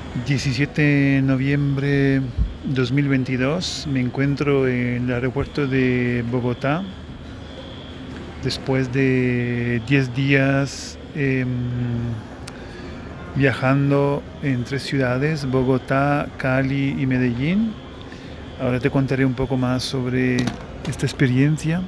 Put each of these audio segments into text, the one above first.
17 de noviembre 2022, me encuentro en el aeropuerto de Bogotá después de 10 días viajando en tres ciudades, Bogotá, Cali y Medellín. Ahora te contaré un poco más sobre esta experiencia.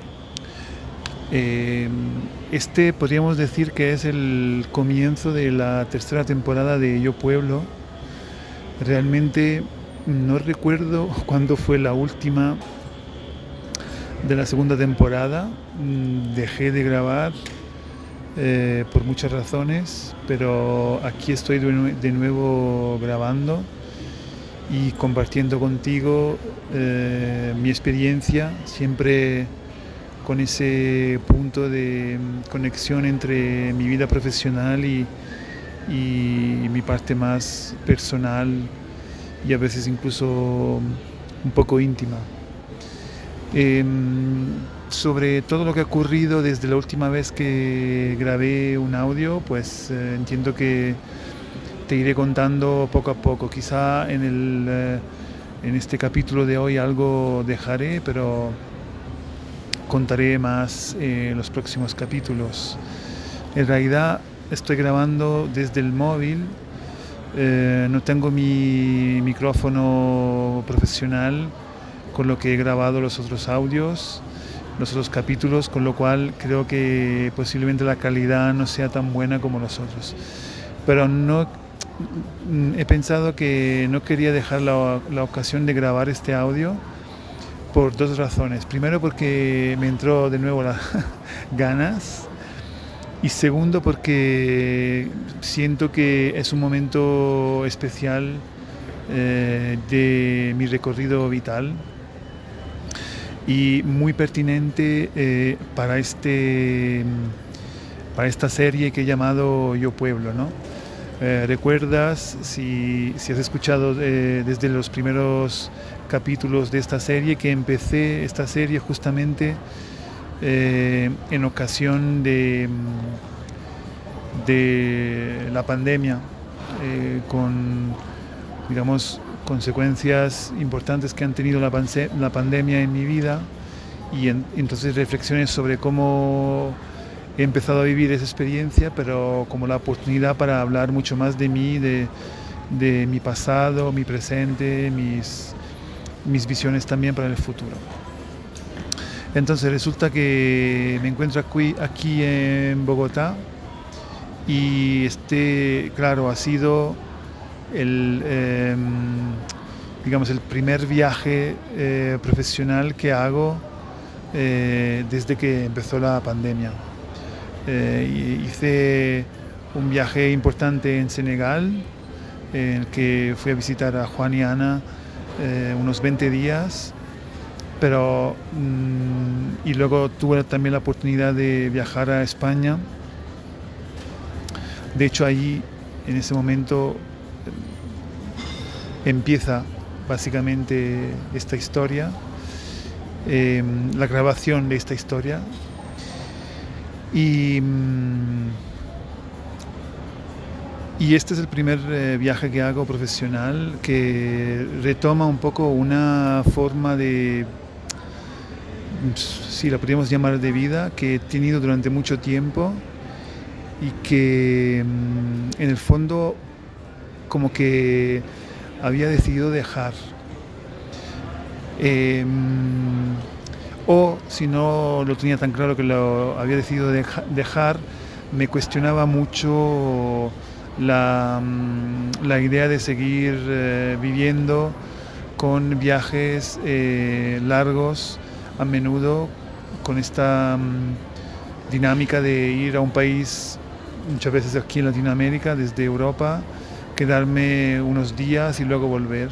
Eh, Este podríamos decir que es el comienzo de la tercera temporada de Yo Pueblo. Realmente no recuerdo cuándo fue la última de la segunda temporada. Dejé de grabar por muchas razones, pero aquí estoy de nuevo grabando y compartiendo contigo mi experiencia, siempre con ese punto de conexión entre mi vida profesional y mi parte más personal y a veces incluso un poco íntima. Eh, Sobre todo lo que ha ocurrido desde la última vez que grabé un audio, pues entiendo que te iré contando poco a poco. Quizá en este capítulo de hoy algo dejaré, pero contaré más en los próximos capítulos. En realidad estoy grabando desde el móvil, no tengo mi micrófono profesional con lo que he grabado los otros audios, los otros capítulos, con lo cual creo que posiblemente la calidad no sea tan buena como los otros. Pero no he pensado que no quería dejar la ocasión de grabar este audio por dos razones. Primero, porque me entró de nuevo las ganas. Y segundo, porque siento que es un momento especial de mi recorrido vital y muy pertinente para esta serie que he llamado Yo Pueblo, ¿no? ¿Recuerdas, si has escuchado desde los primeros capítulos de esta serie, que empecé esta serie justamente en ocasión de la pandemia, con, digamos, consecuencias importantes que han tenido la pandemia en mi vida y entonces reflexiones sobre cómo he empezado a vivir esa experiencia, pero como la oportunidad para hablar mucho más de mí, de mi pasado, mi presente, mis visiones también para el futuro. Entonces resulta que me encuentro aquí en Bogotá y claro, ha sido el, digamos, el primer viaje profesional que hago desde que empezó la pandemia. Hice un viaje importante en Senegal, en el que fui a visitar a Juan y Ana unos 20 días, pero y luego tuve también la oportunidad de viajar a España. De hecho, ahí, en ese momento, empieza básicamente esta historia, la grabación de esta historia. Y este es el primer viaje que hago profesional que retoma un poco una forma de, si la podríamos llamar de vida, que he tenido durante mucho tiempo y que en el fondo como que había decidido dejar. O si no lo tenía tan claro que lo había decidido dejar, me cuestionaba mucho la idea de seguir viviendo con viajes largos a menudo, con esta dinámica de ir a un país, muchas veces aquí en Latinoamérica, desde Europa, quedarme unos días y luego volver.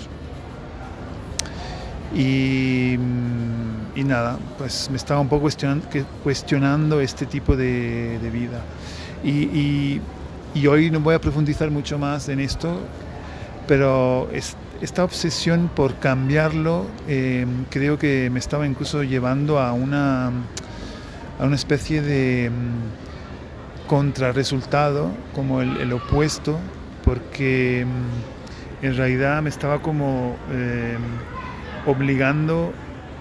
Y nada, pues me estaba un poco cuestionando este tipo de vida. Y hoy no voy a profundizar mucho más en esto, pero esta obsesión por cambiarlo creo que me estaba incluso llevando a una especie de contrarresultado, como el opuesto, porque en realidad me estaba como obligando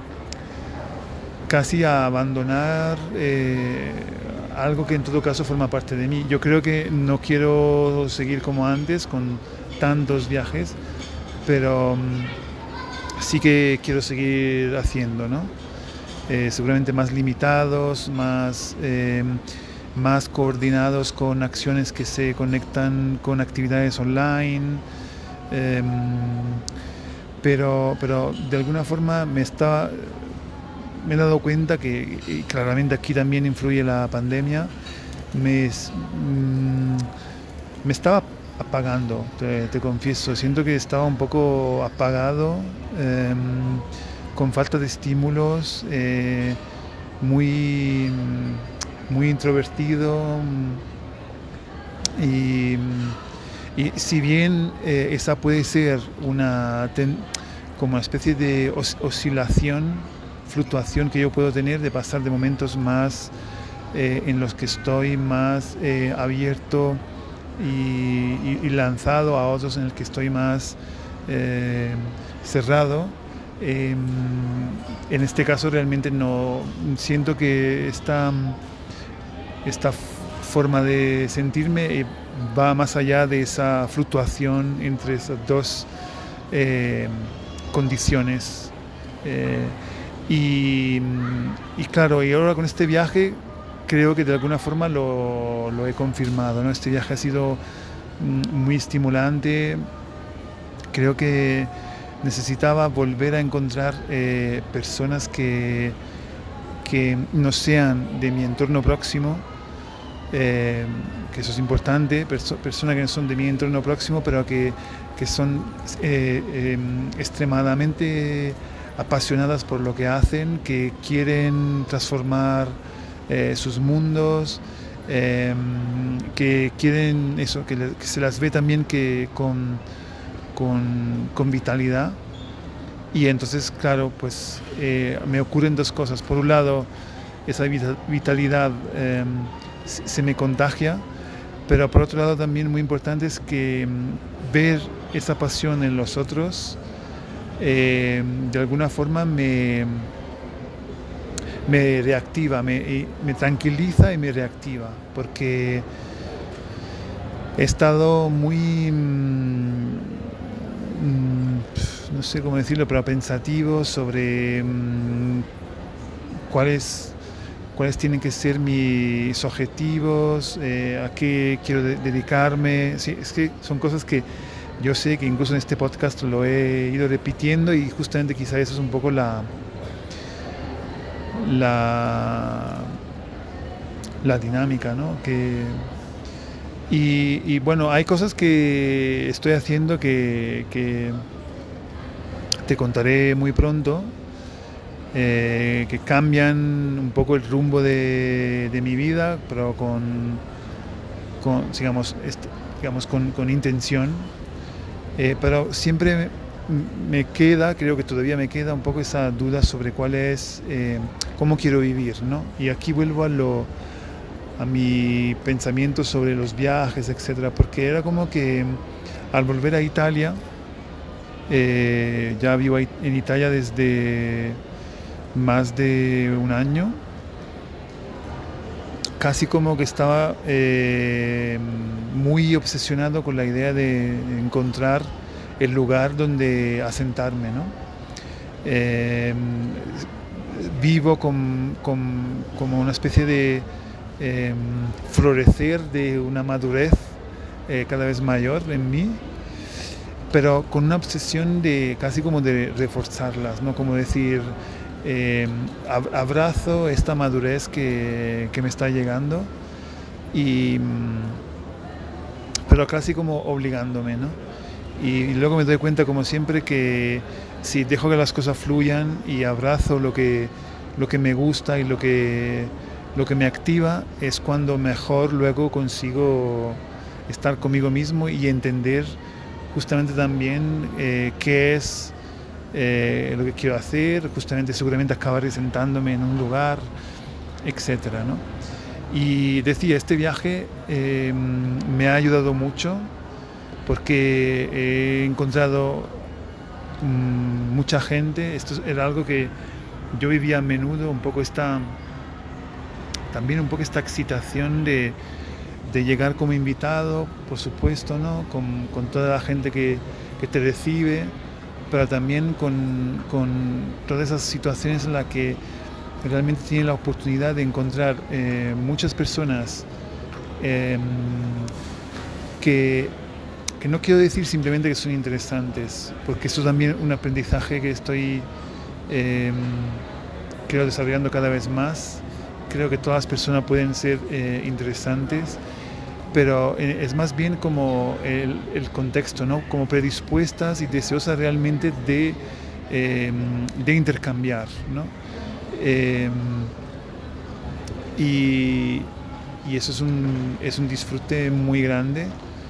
casi a abandonar algo que en todo caso forma parte de mí. Yo creo que no quiero seguir como antes con tantos viajes, pero sí que quiero seguir haciendo, ¿no? Seguramente más limitados, más coordinados con acciones que se conectan con actividades online, eh, pero de alguna forma me he dado cuenta que, y claramente aquí también influye la pandemia, me estaba apagando, te confieso. Siento que estaba un poco apagado, eh, con falta de estímulos, muy, muy introvertido. Y, y si bien esa puede ser como una especie de oscilación, fluctuación que yo puedo tener de pasar de momentos más en los que estoy más abierto y lanzado a otros en el que estoy más cerrado. En este caso realmente no siento que esta forma de sentirme va más allá de esa fluctuación entre esas dos condiciones. Eh, y, y claro, y ahora con este viaje creo que de alguna forma lo he confirmado, ¿no? Este viaje ha sido muy estimulante. Creo que necesitaba volver a encontrar personas que no sean de mi entorno próximo, que eso es importante, personas que no son de mi entorno próximo, pero que son extremadamente apasionadas por lo que hacen, que quieren transformar sus mundos, que quieren eso, que se las ve también que con vitalidad. Y entonces, claro, pues me ocurren dos cosas. Por un lado, esa vitalidad se me contagia, pero por otro lado también muy importante es que ver esa pasión en los otros de alguna forma me reactiva, me tranquiliza y me reactiva, porque he estado muy, no sé cómo decirlo, pero pensativo sobre cuáles tienen que ser mis objetivos, a qué quiero dedicarme. Sí, es que son cosas que yo sé que incluso en este podcast lo he ido repitiendo y justamente quizá eso es un poco la dinámica, ¿no? Y bueno, hay cosas que estoy haciendo que te contaré muy pronto, que cambian un poco el rumbo de mi vida, pero digamos, con intención. Pero siempre me queda, creo que todavía me queda un poco esa duda sobre cómo quiero vivir, ¿no? Y aquí vuelvo a mi pensamiento sobre los viajes, etcétera, porque era como que al volver a Italia, ya vivo en Italia desde más de un año, casi como que estaba muy obsesionado con la idea de encontrar el lugar donde asentarme, ¿no? Eh, Vivo como una especie de florecer de una madurez cada vez mayor en mí, pero con una obsesión de casi como de reforzarlas, ¿no? Como decir, abrazo esta madurez que me está llegando, pero casi como obligándome, ¿no? Y luego me doy cuenta, como siempre, que si dejo que las cosas fluyan y abrazo lo que me gusta y lo que me activa, es cuando mejor luego consigo estar conmigo mismo y entender justamente también qué es lo que quiero hacer, justamente seguramente acabaré sentándome en un lugar, etcétera, ¿no? Y decía, este viaje me ha ayudado mucho porque he encontrado mucha gente. Esto era algo que yo vivía a menudo, también un poco esta excitación de llegar como invitado, por supuesto, ¿no? Con toda la gente que te recibe, pero también con todas esas situaciones en las que realmente tienes la oportunidad de encontrar muchas personas que no quiero decir simplemente que son interesantes, porque esto es también un aprendizaje que estoy creo desarrollando cada vez más. Creo que todas las personas pueden ser interesantes, pero es más bien como el contexto, ¿no? Como predispuestas y deseosas realmente de intercambiar, ¿no? Y eso es un disfrute muy grande.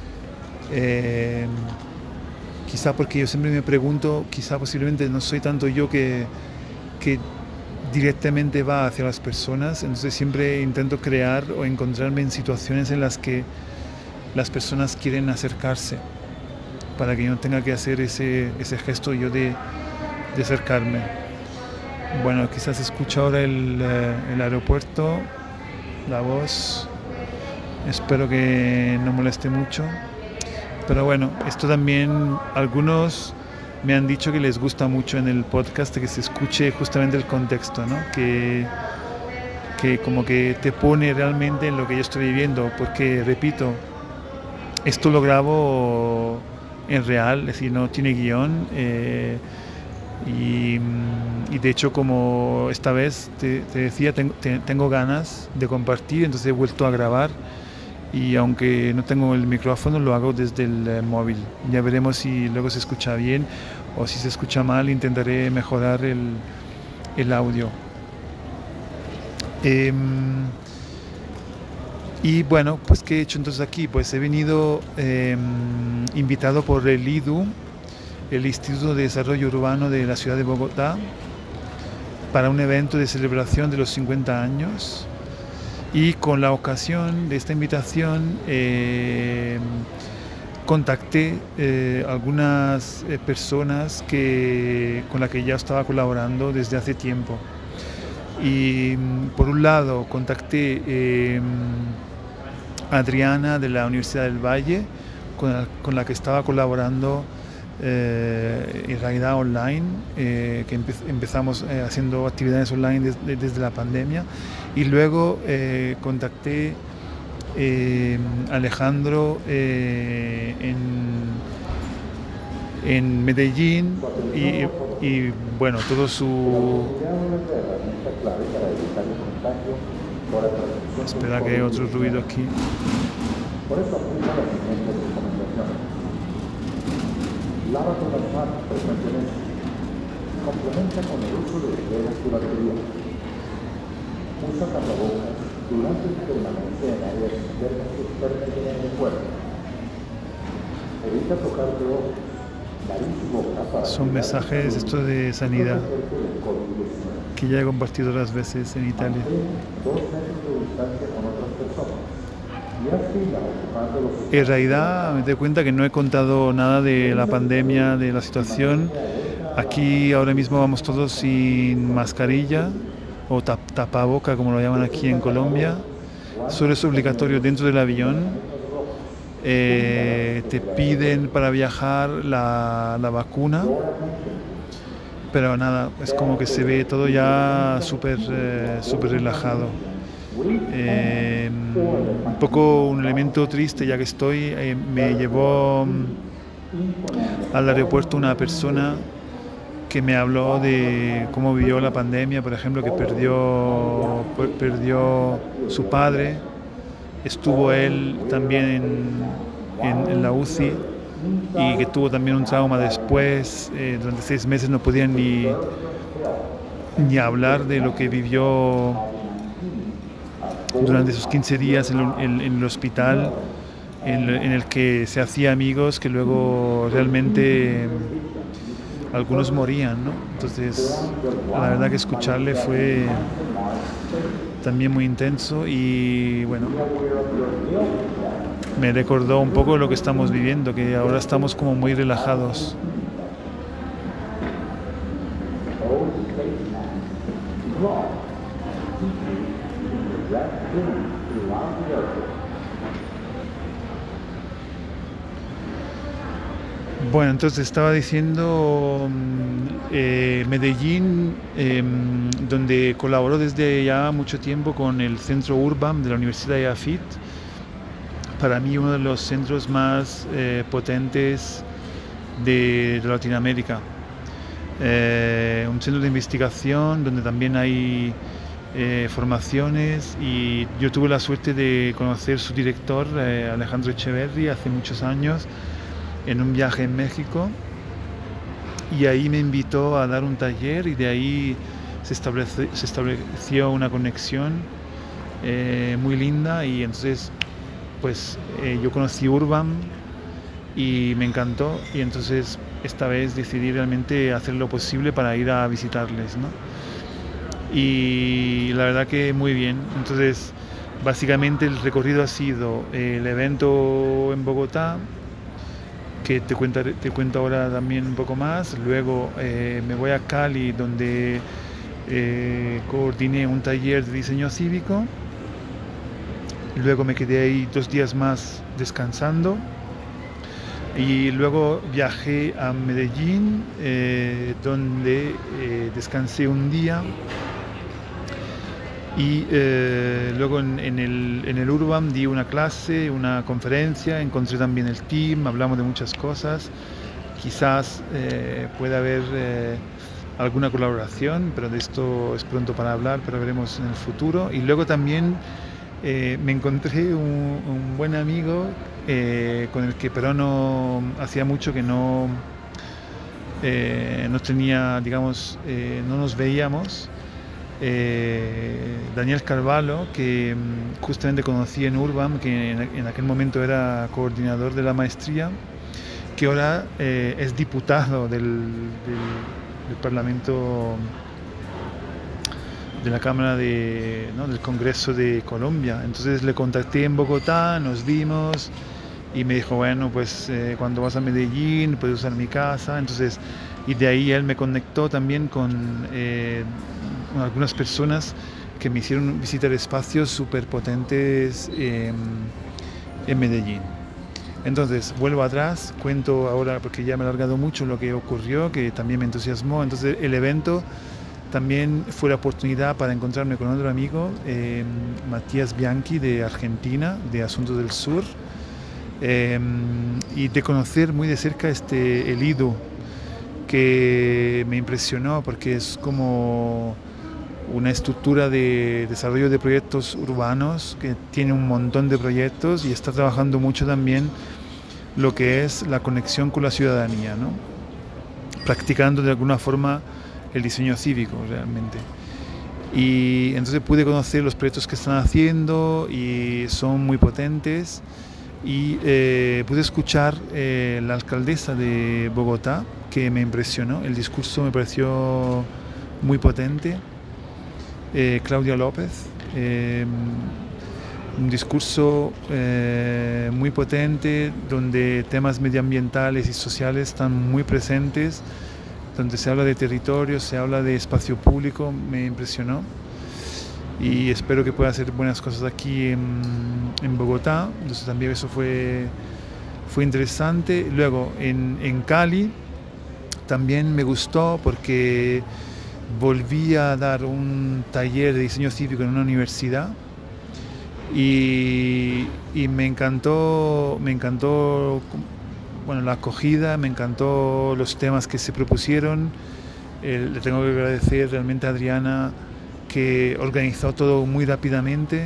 Quizá porque yo siempre me pregunto, quizá posiblemente no soy tanto yo que directamente va hacia las personas, entonces siempre intento crear o encontrarme en situaciones en las que las personas quieren acercarse, para que yo no tenga que hacer ese gesto yo de acercarme. Bueno, quizás escucha ahora el aeropuerto, la voz, espero que no moleste mucho, pero bueno, esto también algunos me han dicho que les gusta mucho en el podcast que se escuche justamente el contexto, ¿no? Que como que te pone realmente en lo que yo estoy viviendo, porque repito, esto lo grabo en real, es decir, no tiene guión, y de hecho, como esta vez te decía, tengo ganas de compartir, entonces he vuelto a grabar. Y aunque no tengo el micrófono, lo hago desde el móvil. Ya veremos si luego se escucha bien o si se escucha mal. Intentaré mejorar el audio. Y bueno, pues ¿qué he hecho entonces aquí? Pues he venido invitado por el IDU, el Instituto de Desarrollo Urbano de la ciudad de Bogotá, para un evento de celebración de los 50 años. Y con la ocasión de esta invitación contacté algunas personas con las que ya estaba colaborando desde hace tiempo. Y por un lado contacté a Adriana de la Universidad del Valle, con la que estaba colaborando en realidad online, que empezamos haciendo actividades online desde la pandemia, y luego contacté a Alejandro en Medellín y bueno, todo su... Espera que hay otro ruido aquí. Por eso apunta la siguiente recomendación. Lava con las manos frecuentemente. Complementa con el uso de geles antibacterial. Usa tapabocas durante su permanencia en áreas internas que permiten el cuerpo. Evita tocarte ojos, nariz y boca para... Son mensajes esto de sanidad que ya he compartido otras veces en Italia. 2 metros de distancia con otras personas. En realidad me doy cuenta que no he contado nada de la pandemia, de la situación. Aquí ahora mismo vamos todos sin mascarilla o tapaboca, como lo llaman aquí en Colombia. Solo es obligatorio dentro del avión. Te piden para viajar la vacuna, pero nada, es como que se ve todo ya súper relajado. Un poco un elemento triste, ya que me llevó al aeropuerto una persona que me habló de cómo vivió la pandemia, por ejemplo, que perdió su padre, estuvo él también en la UCI y que tuvo también un trauma después. Durante 6 meses no podía ni hablar de lo que vivió durante esos 15 días en el hospital, en el que se hacía amigos que luego realmente algunos morían, ¿no? Entonces, la verdad que escucharle fue también muy intenso y bueno, me recordó un poco lo que estamos viviendo, que ahora estamos como muy relajados. Bueno, entonces estaba diciendo Medellín, donde colaboró desde ya mucho tiempo con el Centro Urban de la Universidad de AFIT. Para mí uno de los centros más potentes de Latinoamérica. Un centro de investigación donde también hay formaciones, y yo tuve la suerte de conocer su director, Alejandro Echeverri, hace muchos años en un viaje en México, y ahí me invitó a dar un taller, y de ahí se estableció una conexión muy linda, y entonces pues yo conocí Urban y me encantó, y entonces esta vez decidí realmente hacer lo posible para ir a visitarles, ¿no? Y la verdad que muy bien. Entonces básicamente el recorrido ha sido el evento en Bogotá, que te cuento ahora también un poco más. Luego me voy a Cali, donde coordiné un taller de diseño cívico. Luego me quedé ahí 2 días más descansando, y luego viajé a Medellín, donde descansé un día, y luego en el Urban di una clase, una conferencia, encontré también el team, hablamos de muchas cosas. Quizás pueda haber alguna colaboración, pero de esto es pronto para hablar, pero veremos en el futuro. Y luego también me encontré un buen amigo con el que pero no hacía mucho que no tenía, digamos, no nos veíamos. Daniel Carvalho, que justamente conocí en Urban, que en aquel momento era coordinador de la maestría, que ahora es diputado del Parlamento, de la Cámara ¿no? del Congreso de Colombia. Entonces le contacté en Bogotá, nos vimos, y me dijo, bueno, pues cuando vas a Medellín puedes usar mi casa. Entonces, y de ahí él me conectó también con algunas personas que me hicieron visitar espacios súper potentes en Medellín. Entonces, vuelvo atrás, cuento ahora, porque ya me he alargado mucho, lo que ocurrió, que también me entusiasmó. Entonces, el evento también fue la oportunidad para encontrarme con otro amigo, Matías Bianchi, de Argentina, de Asuntos del Sur, y de conocer muy de cerca el IDU, que me impresionó porque es como una estructura de desarrollo de proyectos urbanos que tiene un montón de proyectos, y está trabajando mucho también lo que es la conexión con la ciudadanía, ¿no? Practicando de alguna forma el diseño cívico realmente. Y entonces pude conocer los proyectos que están haciendo, y son muy potentes, y pude escuchar la alcaldesa de Bogotá, que me impresionó, el discurso me pareció muy potente, Claudia López, un discurso muy potente, donde temas medioambientales y sociales están muy presentes, donde se habla de territorio, se habla de espacio público. Me impresionó, y espero que pueda hacer buenas cosas aquí en Bogotá. Entonces también eso fue interesante. Luego en Cali también me gustó, porque volví a dar un taller de diseño cívico en una universidad, y me encantó, bueno, la acogida, me encantó los temas que se propusieron. Le tengo que agradecer realmente a Adriana, que organizó todo muy rápidamente,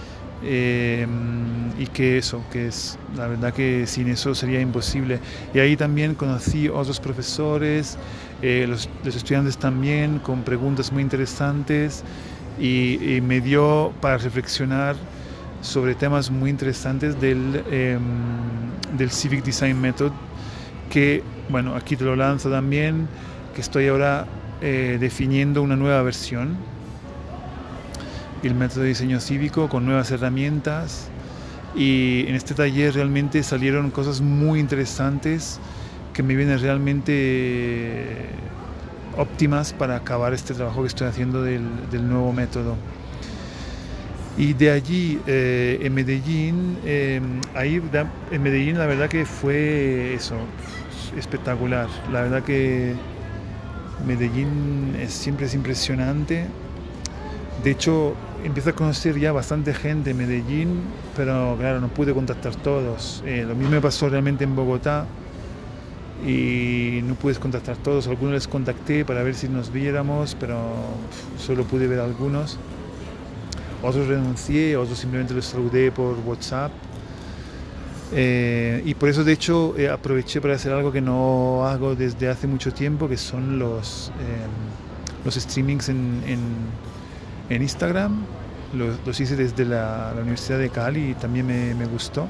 y que es la verdad que sin eso sería imposible. Y ahí también conocí otros profesores, los estudiantes también, con preguntas muy interesantes, y me dio para reflexionar sobre temas muy interesantes del Civic Design Method, que, bueno, aquí te lo lanzo también, que estoy ahora definiendo una nueva versión, el método de diseño cívico, con nuevas herramientas, Y en este taller realmente salieron cosas muy interesantes que me vienen realmente óptimas para acabar este trabajo que estoy haciendo del nuevo método. Y de allí, en Medellín, en Medellín la verdad que fue eso, espectacular. La verdad que Medellín siempre es impresionante. De hecho, empiezo a conocer ya bastante gente en Medellín, pero claro, no pude contactar todos. Lo mismo me pasó realmente en Bogotá y no pude contactar todos. Algunos les contacté para ver si nos viéramos, pero solo pude ver a algunos. Otros renuncié, otros simplemente los saludé por WhatsApp. Y por eso de hecho aproveché para hacer algo que no hago desde hace mucho tiempo, que son los streamings en Instagram. Los hice desde la Universidad de Cali y también me gustó.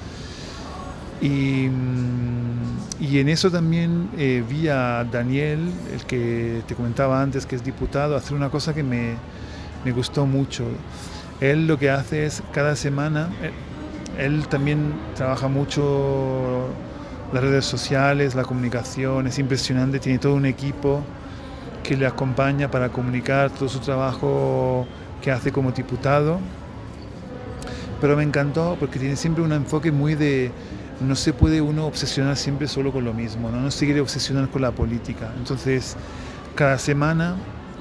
Y en eso también vi a Daniel, el que te comentaba antes, que es diputado, hacer una cosa que me gustó mucho. Él lo que hace es cada semana, él también trabaja mucho las redes sociales, la comunicación, es impresionante, tiene todo un equipo que le acompaña para comunicar todo su trabajo que hace como diputado. Pero me encantó porque tiene siempre un enfoque muy de... No se puede uno obsesionar siempre solo con lo mismo, no se quiere obsesionar con la política. Entonces, cada semana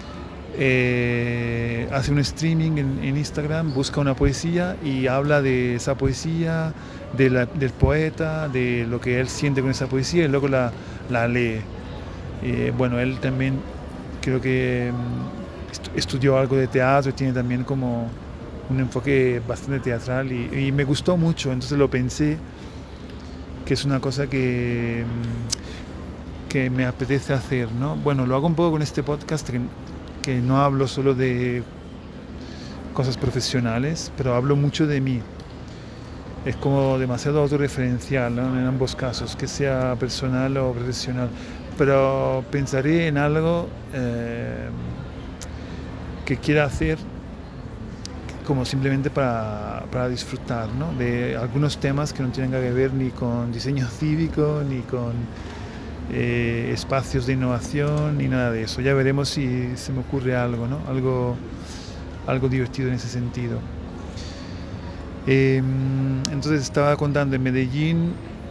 hace un streaming en Instagram, busca una poesía y habla de esa poesía, del poeta, de lo que él siente con esa poesía y luego la lee. Bueno, él también creo que estudió algo de teatro y tiene también como un enfoque bastante teatral y me gustó mucho, entonces lo pensé, que es una cosa que me apetece hacer, ¿no? Bueno, lo hago un poco con este podcast que no hablo solo de cosas profesionales, pero hablo mucho de mí. Es como demasiado autorreferencial, ¿no? En ambos casos, que sea personal o profesional. Pero pensaré en algo que quiera hacer como simplemente para disfrutar, ¿no? De algunos temas que no tienen que ver ni con diseño cívico, ni con espacios de innovación, ni nada de eso. Ya veremos si se me ocurre algo, ¿no? Algo divertido en ese sentido. Entonces estaba contando en Medellín,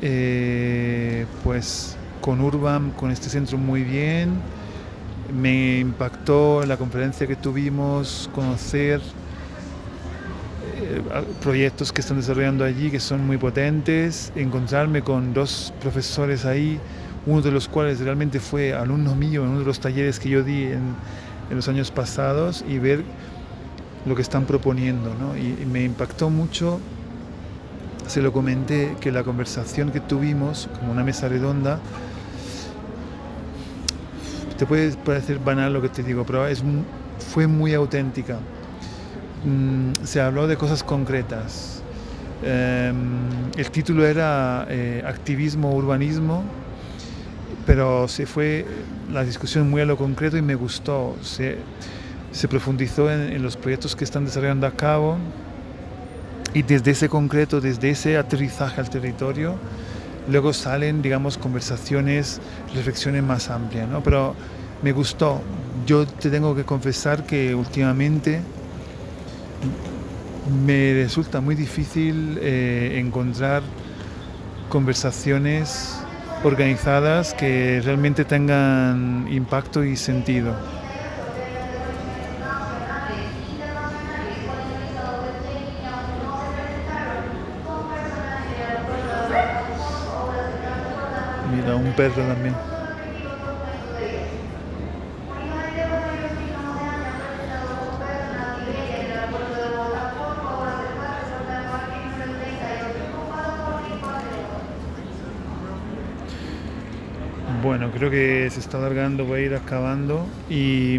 pues con Urbam, con este centro muy bien. Me impactó en la conferencia que tuvimos conocer proyectos que están desarrollando allí que son muy potentes, encontrarme con dos profesores ahí, uno de los cuales realmente fue alumno mío en uno de los talleres que yo di en los años pasados y ver lo que están proponiendo, ¿no? Y me impactó mucho, se lo comenté, que la conversación que tuvimos, como una mesa redonda, te puede parecer banal lo que te digo, pero fue muy auténtica. Se habló de cosas concretas. El título era Activismo, Urbanismo, pero se fue la discusión muy a lo concreto y me gustó. Se profundizó en los proyectos que están desarrollando a cabo y desde ese concreto, desde ese aterrizaje al territorio, luego salen, digamos, conversaciones, reflexiones más amplias, ¿no? Pero me gustó. Yo te tengo que confesar que últimamente me resulta muy difícil encontrar conversaciones organizadas que realmente tengan impacto y sentido. Mira, un perro también. Bueno, creo que se está alargando, voy a ir acabando y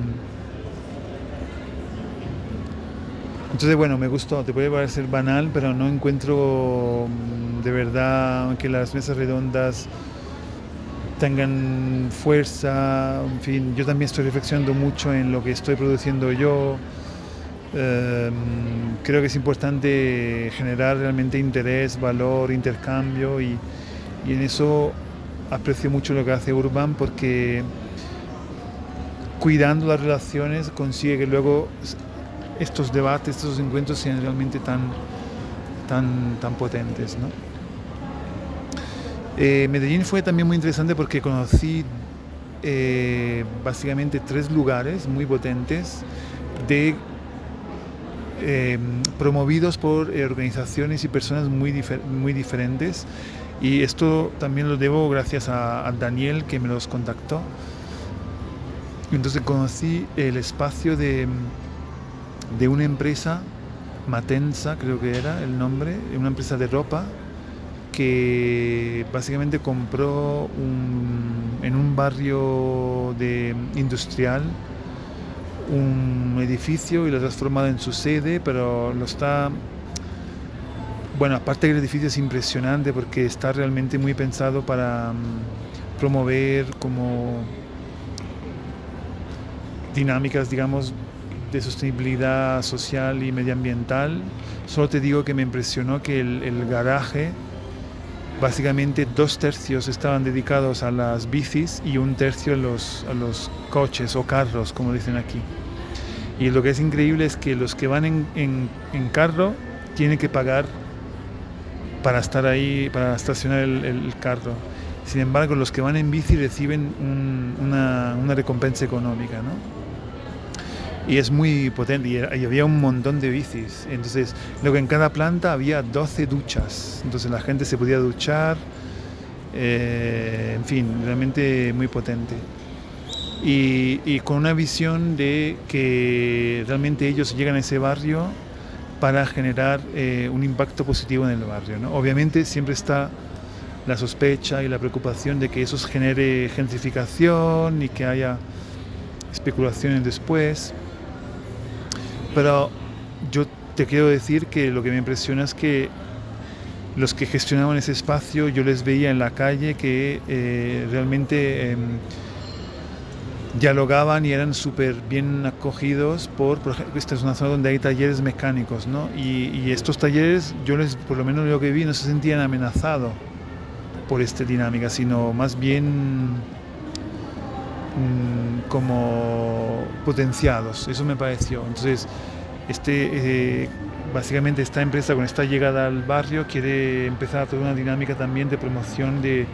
entonces bueno, me gustó, te puede parecer banal, pero no encuentro de verdad que las mesas redondas tengan fuerza, en fin, yo también estoy reflexionando mucho en lo que estoy produciendo yo, Creo que es importante generar realmente interés, valor, intercambio y en eso aprecio mucho lo que hace Urban porque cuidando las relaciones consigue que luego estos debates, estos encuentros sean realmente tan potentes, ¿no? Medellín fue también muy interesante porque conocí básicamente 3 lugares muy potentes de promovidos por organizaciones y personas muy diferentes, y esto también lo debo gracias a Daniel, que me los contactó. Entonces conocí el espacio de una empresa, Matenza creo que era el nombre, una empresa de ropa que básicamente compró en un barrio industrial un edificio y lo ha transformado en su sede, pero bueno, aparte que el edificio es impresionante porque está realmente muy pensado para promover como dinámicas, digamos, de sostenibilidad social y medioambiental. Solo te digo que me impresionó que el garaje, básicamente 2/3 estaban dedicados a las bicis y 1/3 a los coches o carros, como dicen aquí. Y lo que es increíble es que los que van en carro tienen que pagar para estar ahí, para estacionar el carro. Sin embargo, los que van en bici reciben una recompensa económica, ¿no? Y es muy potente, y había un montón de bicis. Entonces, luego en cada planta había 12 duchas. Entonces la gente se podía duchar, en fin, realmente muy potente. Y con una visión de que realmente ellos llegan a ese barrio para generar un impacto positivo en el barrio, ¿no? Obviamente siempre está la sospecha y la preocupación de que eso genere gentrificación y que haya especulaciones después. Pero yo te quiero decir que lo que me impresiona es que los que gestionaban ese espacio, yo les veía en la calle que realmente dialogaban y eran súper bien acogidos por ejemplo, esta es una zona donde hay talleres mecánicos, ¿no? Y estos talleres, por lo menos lo que vi, no se sentían amenazados por esta dinámica, sino más bien como potenciados. Eso me pareció. Entonces, básicamente esta empresa, con esta llegada al barrio, quiere empezar toda una dinámica también de promoción de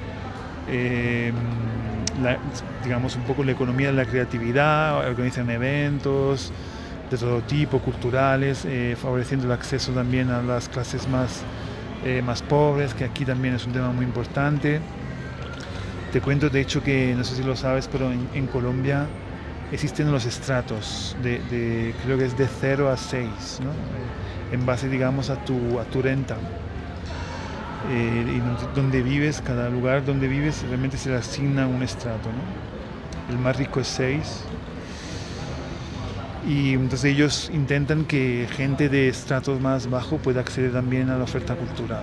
digamos un poco la economía de la creatividad. Organizan eventos de todo tipo, culturales, favoreciendo el acceso también a las clases más pobres, que aquí también es un tema muy importante. Te cuento, de hecho, que no sé si lo sabes, pero en Colombia existen los estratos creo que es de 0 a 6, ¿no? En base, digamos, a tu renta. Y donde vives, cada lugar donde vives, realmente se le asigna un estrato, ¿no? El más rico es 6. Y entonces ellos intentan que gente de estratos más bajos pueda acceder también a la oferta cultural.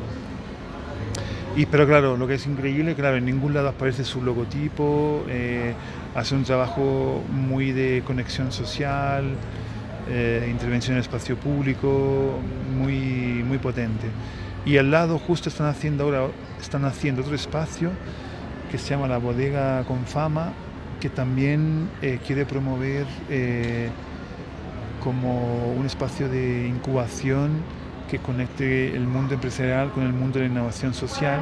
Pero claro, lo que es increíble, claro, en ningún lado aparece su logotipo, hace un trabajo muy de conexión social, intervención en el espacio público, muy potente. Y al lado justo están haciendo otro espacio que se llama la Bodega con Fama, que también quiere promover como un espacio de incubación que conecte el mundo empresarial con el mundo de la innovación social.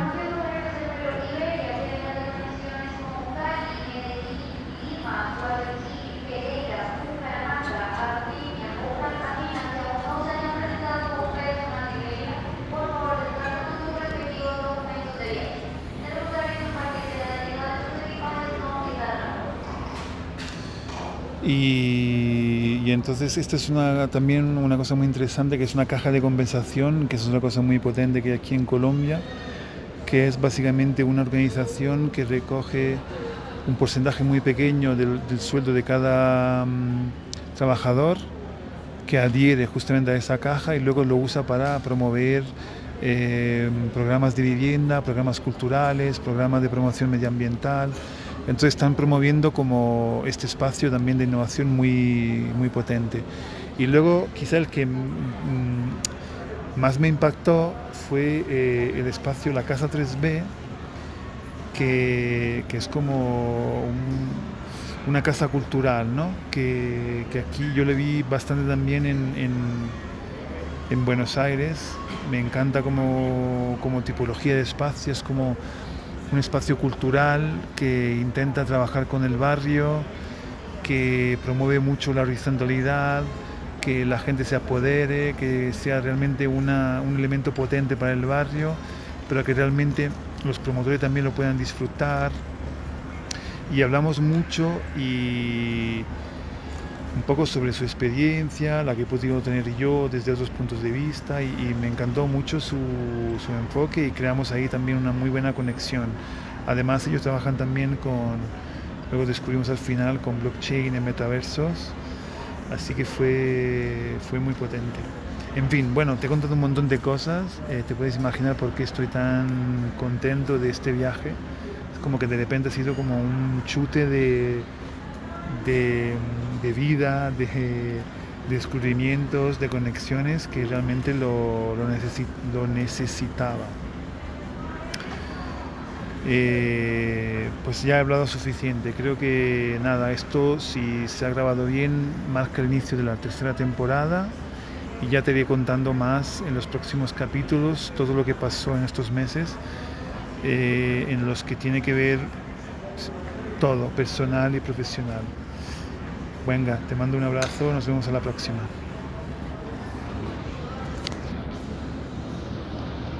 Y entonces esta es también una cosa muy interesante, que es una caja de compensación, que es una cosa muy potente que hay aquí en Colombia, que es básicamente una organización que recoge un porcentaje muy pequeño del sueldo de cada trabajador, que adhiere justamente a esa caja y luego lo usa para promover programas de vivienda, programas culturales, programas de promoción medioambiental. Entonces están promoviendo como este espacio también de innovación muy potente. Y luego quizá el que más me impactó fue el espacio La Casa 3B, que es como una casa cultural, ¿no? Que aquí yo le vi bastante también en Buenos Aires. Me encanta como tipología de espacio, es como un espacio cultural que intenta trabajar con el barrio, que promueve mucho la horizontalidad, que la gente se apodere, que sea realmente un elemento potente para el barrio, pero que realmente los promotores también lo puedan disfrutar. Y hablamos mucho y un poco sobre su experiencia, la que he podido tener yo desde otros puntos de vista, y me encantó mucho su enfoque, y creamos ahí también una muy buena conexión. Además ellos trabajan también luego descubrimos al final, con blockchain en metaversos, así que fue muy potente. En fin, bueno, te he contado un montón de cosas, te puedes imaginar por qué estoy tan contento de este viaje. Es como que de repente ha sido como un chute de vida, de descubrimientos, de conexiones que realmente lo necesitaba. Pues ya he hablado suficiente. Creo que nada, esto, si se ha grabado bien, marca el inicio de la tercera temporada, y ya te iré contando más en los próximos capítulos todo lo que pasó en estos meses, en los que tiene que ver todo, personal y profesional. Venga, te mando un abrazo, nos vemos a la próxima.